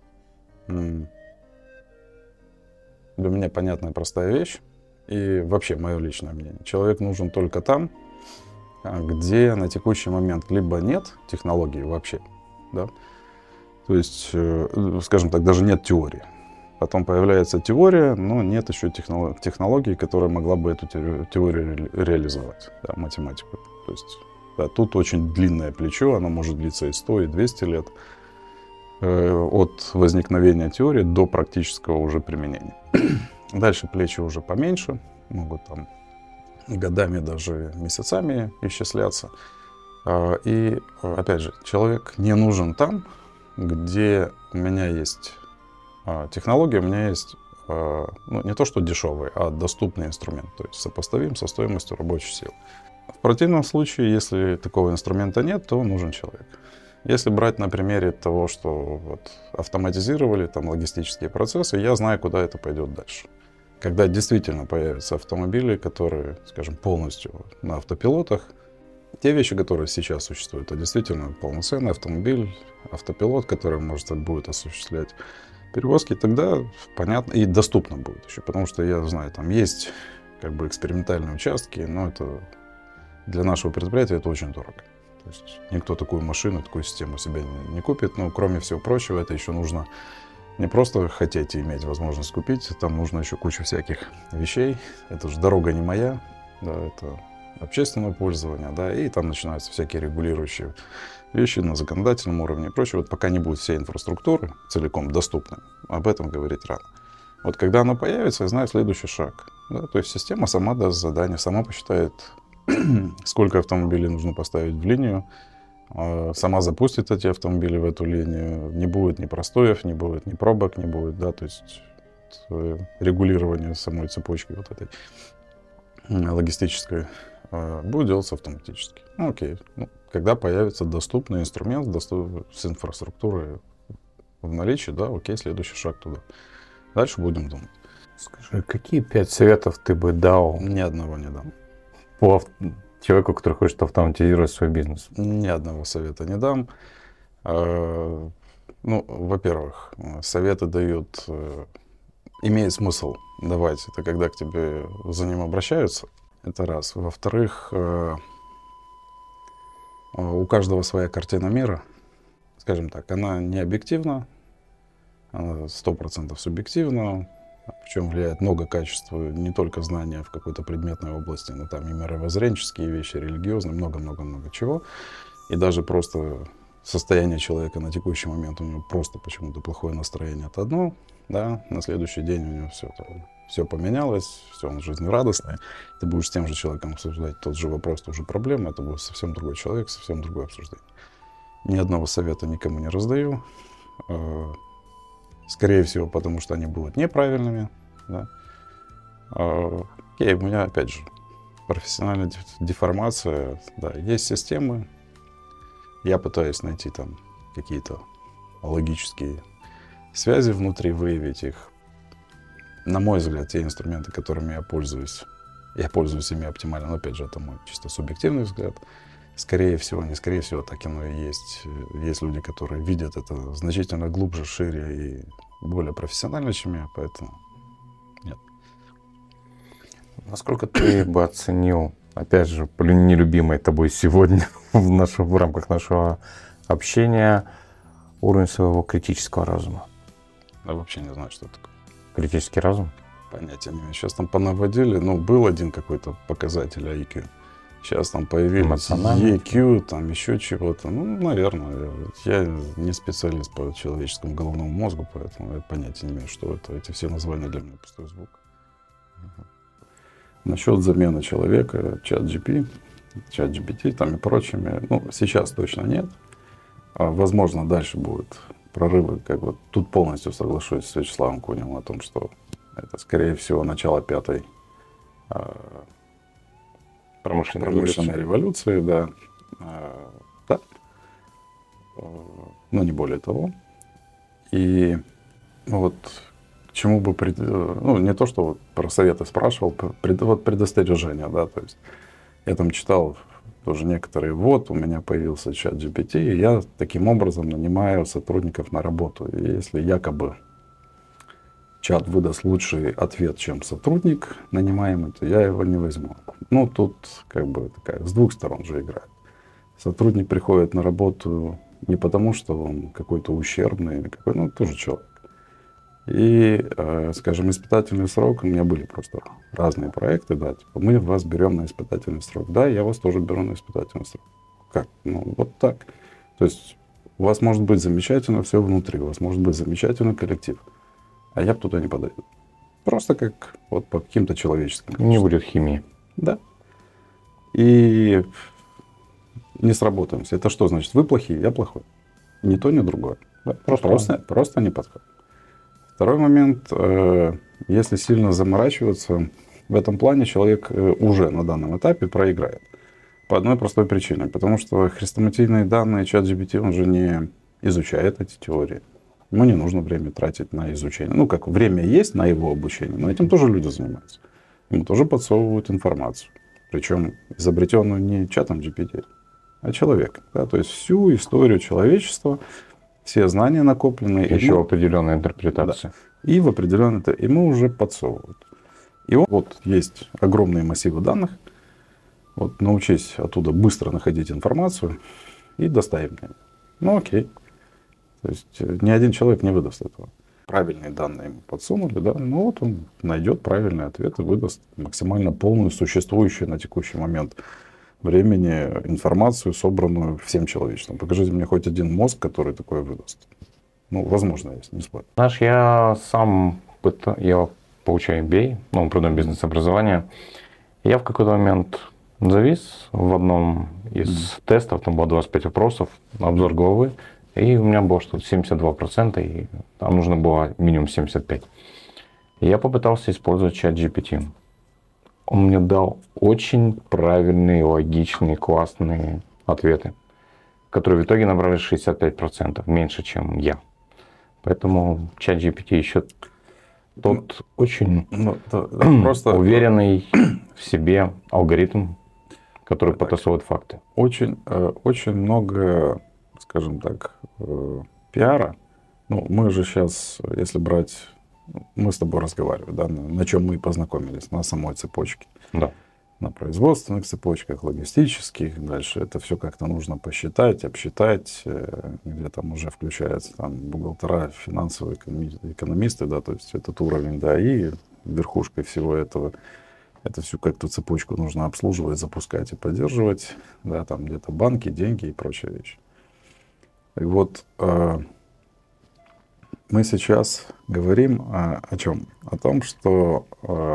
м- для меня понятная простая вещь. И вообще мое личное мнение. Человек нужен только там, где на текущий момент либо нет технологии вообще, да, то есть, скажем так, даже нет теории. Потом появляется теория, но нет еще технологии, которая могла бы эту теорию реализовать, да, математику. То есть, да, тут очень длинное плечо, оно может длиться и сто, и двести лет, от возникновения теории до практического уже применения. Дальше плечи уже поменьше, могут там годами, даже месяцами исчисляться. И, опять же, человек не нужен там, где у меня есть технология, у меня есть, ну, не то что дешевый, а доступный инструмент, то есть сопоставим со стоимостью рабочей силы. В противном случае, если такого инструмента нет, то нужен человек. Если брать на примере того, что вот автоматизировали там логистические процессы, я знаю, куда это пойдет дальше. Когда действительно появятся автомобили, которые, скажем, полностью на автопилотах, те вещи, которые сейчас существуют, это действительно полноценный автомобиль, автопилот, который может будет осуществлять перевозки, тогда понятно и доступно будет еще, потому что я знаю, там есть как бы экспериментальные участки, но это для нашего предприятия это очень дорого. То есть никто такую машину, такую систему себе не, не купит, но кроме всего прочего, это еще нужно не просто хотеть и иметь возможность купить, там нужно еще куча всяких вещей. Это же дорога не моя, да, это общественное пользование, да, и там начинаются всякие регулирующие вещи на законодательном уровне и прочее. Вот пока не будет всей инфраструктуры целиком доступной, об этом говорить рано. Вот когда оно появится, я знаю следующий шаг. Да? То есть система сама даст задание, сама посчитает, сколько автомобилей нужно поставить в линию, сама запустит эти автомобили в эту линию. Не будет ни простоев, не будет ни пробок, не будет, да, то есть регулирование самой цепочки вот этой логистической будет делаться автоматически. Ну, окей. Ну, когда появится доступный инструмент доступ... с инфраструктурой в наличии, да, окей, следующий шаг туда. Дальше будем думать. Скажи, какие пять советов ты бы дал? Ни одного не дам. По ав... человеку, который хочет автоматизировать свой бизнес? Ни одного совета не дам. Ну, во-первых, советы дают... Имеет смысл давать. Это когда к тебе за ним обращаются. Это раз. Во-вторых, у каждого своя картина мира. Скажем так, она не объективна, она сто процентов субъективна. Причем влияет много качеств, не только знания в какой-то предметной области, но там и мировоззренческие вещи, религиозные, много-много-много чего. И даже просто состояние человека на текущий момент, у него просто почему-то плохое настроение, это одно, да, на следующий день у него все, все поменялось, все, он жизнерадостный. Ты будешь с тем же человеком обсуждать тот же вопрос, ту же проблему, это будет совсем другой человек, совсем другое обсуждение. Ни одного совета никому не раздаю. Скорее всего, потому что они будут неправильными. Да. Окей, у меня, опять же, профессиональная деформация. Да, есть системы. Я пытаюсь найти там какие-то логические связи внутри, выявить их. На мой взгляд, те инструменты, которыми я пользуюсь, я пользуюсь ими оптимально, но, опять же, это мой чисто субъективный взгляд. Скорее всего, не скорее всего, так оно и есть. Есть люди, которые видят это значительно глубже, шире и более профессионально, чем я, поэтому нет. Насколько ты бы оценил, опять же, нелюбимой тобой сегодня в, нашем, в рамках нашего общения, уровень своего критического разума? Я вообще не знаю, что это такое. Критический разум? Понятия не имею. Сейчас там понаводили, ну, был один какой-то показатель ай кью. Сейчас там появились и кью, там еще чего-то. Ну, наверное. Я не специалист по человеческому головному мозгу, поэтому я понятия не имею, что это. Эти все названия для меня пустой звук. Угу. Насчет замены человека, чат джи пи, чат джи пи ти там и прочими, ну, сейчас точно нет. А, возможно, дальше будут прорывы. Как вот тут полностью соглашусь с Вячеславом Куневым о том, что это, скорее всего, начало пятой Промышленной, Промышленной революции, революции, да. А, да. Но не более того. И вот к чему бы, пред... ну, не то, что вот про советы спрашивал, пред... вот предостережение, да, то есть я там читал тоже некоторые, вот у меня появился чат джи пи ти, и я таким образом нанимаю сотрудников на работу. И если якобы чат выдаст лучший ответ, чем сотрудник нанимаемый, то я его не возьму. Ну, тут как бы такая, с двух сторон же играет. Сотрудник приходит на работу не потому, что он какой-то ущербный, или какой, ну, тоже человек. И, э, скажем, испытательный срок, у меня были просто разные проекты, да, типа, мы вас берем на испытательный срок. Да, я вас тоже беру на испытательный срок. Как? Ну, вот так. То есть у вас может быть замечательно все внутри, у вас может быть замечательный коллектив. А я бы туда не подойду. Просто как вот по каким-то человеческим качествам. Не будет химии. Да. И не сработаемся. Это что значит? Вы плохие, я плохой. Ни то, ни другое. Да? Просто, просто, просто не подходит. Второй момент. Если сильно заморачиваться, в этом плане человек уже на данном этапе проиграет. По одной простой причине. Потому что хрестоматийные данные чат джи пи ти, он же не изучает эти теории. Ему не нужно время тратить на изучение. Ну, как время есть на его обучение, но этим тоже люди занимаются. Ему тоже подсовывают информацию. Причем изобретенную не чатом джи пи ти, а человеком. Да? То есть всю историю человечества, все знания накопленные. Еще ему... определенная интерпретация. Да. И в определенной... Ему уже подсовывают. И вот, вот есть огромные массивы данных. Вот научись оттуда быстро находить информацию и доставить мне. Ну, окей. То есть ни один человек не выдаст этого. Правильные данные ему подсунули, да, ну вот он найдет правильный ответ и выдаст максимально полную, существующую на текущий момент времени информацию, собранную всем человечеством. Покажите мне хоть один мозг, который такое выдаст. Ну, возможно, есть, не спорю. Знаешь, я сам пыта... я получаю эм би эй, ну, придумал бизнес-образование. Я в какой-то момент завис в одном из mm. тестов, там было двадцать пять вопросов, обзор головы, и у меня было что-то семьдесят два процента, и там нужно было минимум семьдесят пять процентов. И я попытался использовать чат джи пи ти. Он мне дал очень правильные, логичные, классные ответы, которые в итоге набрали шестьдесят пять процентов, меньше, чем я. Поэтому чат джи пи ти еще тот ну, очень ну, то, просто уверенный в себе алгоритм, который так, потасовывает факты. Очень, очень много, скажем так, пиара. Ну, мы же сейчас, если брать, мы с тобой разговариваем, да, на, на чем мы познакомились, на самой цепочке. Да. На производственных цепочках, логистических. Дальше это все как-то нужно посчитать, обсчитать, где там уже включаются там бухгалтера, финансовые экономисты, да, то есть этот уровень, да, и верхушкой всего этого, это всю как-то цепочку нужно обслуживать, запускать и поддерживать, да, там где-то банки, деньги и прочие вещи. И вот э, мы сейчас говорим о, о чем? О том, что э,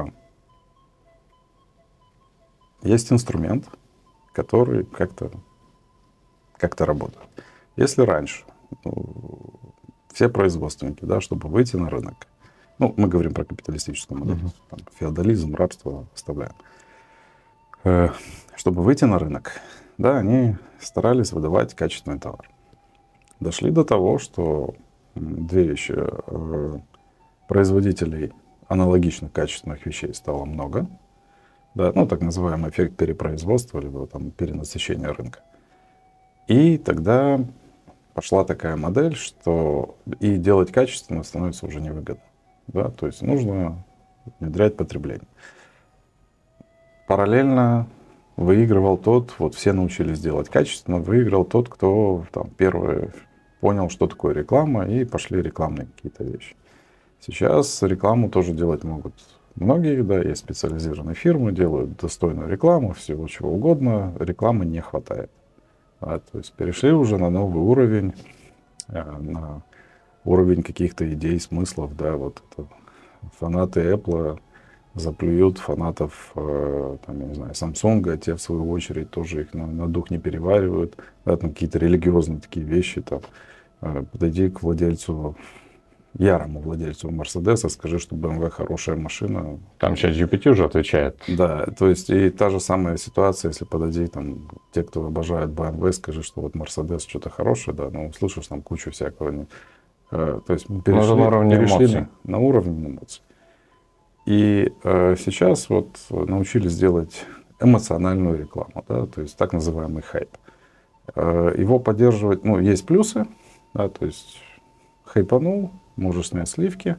есть инструмент, который как-то как-то работает. Если раньше ну, все производственники, да, чтобы выйти на рынок, ну, мы говорим про капиталистическую модель, uh-huh. там, феодализм, рабство оставляем. Э, чтобы выйти на рынок, да, они старались выдавать качественный товар. Дошли до того, что две вещи. Э, производителей аналогичных качественных вещей стало много. Да, ну, так называемый эффект перепроизводства, либо там перенасыщения рынка. И тогда пошла такая модель, что и делать качественно становится уже невыгодно. Да, то есть нужно внедрять потребление. Параллельно выигрывал тот, вот все научились делать качественно, выиграл тот, кто там первый понял, что такое реклама, и пошли рекламные какие-то вещи. Сейчас рекламу тоже делать могут многие, да, есть специализированные фирмы, делают достойную рекламу, всего чего угодно, рекламы не хватает. Да, то есть перешли уже на новый уровень, на уровень каких-то идей, смыслов, да, вот это фанаты Apple заплюют фанатов, там, я не знаю, Samsung, те в свою очередь тоже их на, на дух не переваривают, да, там какие-то религиозные такие вещи, там, подойди к владельцу, ярому владельцу Мерседеса, скажи, что бэ эм вэ хорошая машина. Там чат джи пи ти уже отвечает. Да, то есть и та же самая ситуация, если подойди, там, те, кто обожает бэ эм вэ, скажи, что вот Мерседес что-то хорошее, да, ну, услышишь там кучу всякого. То есть мы перешли, на уровне перешли эмоций. На, на уровень эмоций. И э, сейчас вот научились делать эмоциональную рекламу, да, то есть так называемый хайп. Э, его поддерживать, ну, есть плюсы, да, то есть хайпанул, можешь снять сливки.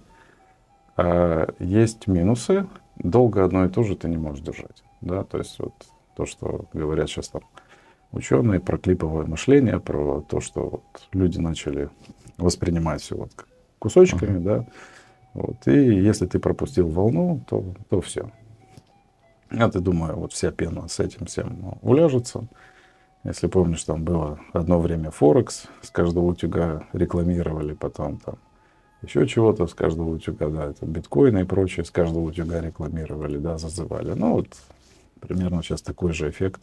А есть минусы, долго одно и то же ты не можешь держать. Да? То есть вот то, что говорят сейчас там ученые про клиповое мышление, про то, что вот люди начали воспринимать все вот кусочками, uh-huh. да. Вот. И если ты пропустил волну, то, то все. Я ты думаю, вот вся пена с этим всем уляжется. Если помнишь, там было одно время Форекс, с каждого утюга рекламировали, потом там еще чего-то с каждого утюга, да, это биткоины и прочее, с каждого утюга рекламировали, да, зазывали. Ну вот примерно сейчас такой же эффект,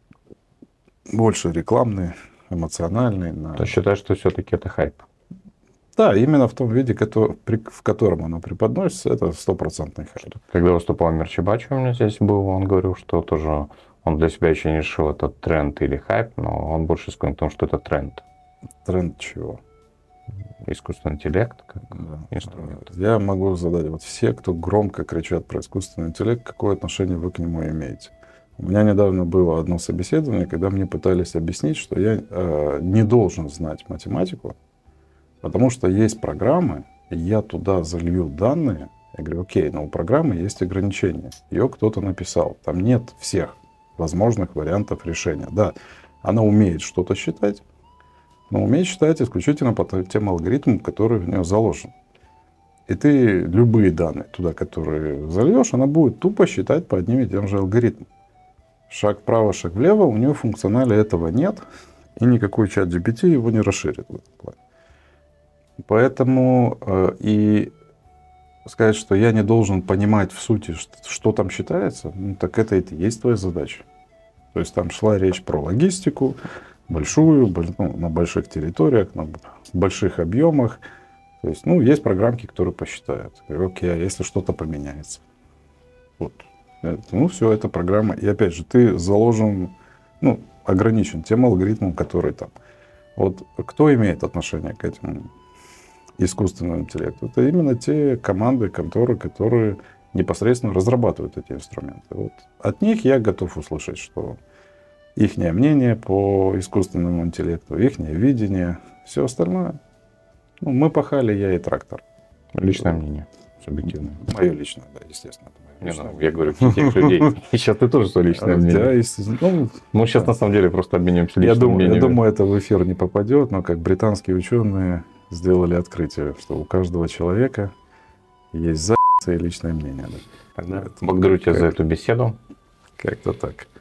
больше рекламный, эмоциональный. На... То считаешь, что все-таки это хайп? Да, именно в том виде, в котором оно преподносится, это стопроцентный хайп. Когда выступал Мерчибач у меня здесь был, он говорил, что тоже он для себя еще не решил, этот тренд или хайп, но он больше склонен к тому, что это тренд. Тренд чего? Искусственный интеллект как да. инструмент. Я могу задать, вот все, кто громко кричат про искусственный интеллект, какое отношение вы к нему имеете? У меня недавно было одно собеседование, когда мне пытались объяснить, что я э, не должен знать математику, потому что есть программы, и я туда залью данные. Я говорю, окей, но у программы есть ограничения. Ее кто-то написал. Там нет всех возможных вариантов решения. Да, она умеет что-то считать, но умеет считать исключительно по тем алгоритмам, которые в нее заложены. И ты любые данные туда, которые зальешь, она будет тупо считать по одним и тем же алгоритмам. шаг вправо, шаг влево, у него функционально этого нет, и никакой чат джи пи ти его не расширит в этом плане. Поэтому э, и сказать, что я не должен понимать в сути, что, что там считается, ну, так это и есть твоя задача. То есть там шла речь про логистику, большую, ну, на больших территориях, на больших объемах. То есть, ну, есть программки, которые посчитают. Окей, а если что-то поменяется? Вот. Ну, все, это программа. И опять же, ты заложен, ну, ограничен тем алгоритмом, который там. Вот кто имеет отношение к этим искусственному интеллекту? Это именно те команды, которые, которые непосредственно разрабатывают эти инструменты. Вот. От них я готов услышать, что их мнение по искусственному интеллекту, их видение, все остальное. Ну, мы пахали, я и трактор. Личное мнение, субъективное. Мое личное, да, естественно. Не, ну, я говорю, тех людей. Сейчас ты тоже свое личное мнение. Да, естественно. Ну, ну, сейчас на самом деле просто обмениваемся личным я думаю, мнением. Я думаю, это в эфир не попадет, но как британские ученые сделали открытие, что у каждого человека есть за***ца и личное мнение. Да. Тогда благодарю тебя за эту беседу. Как-то так.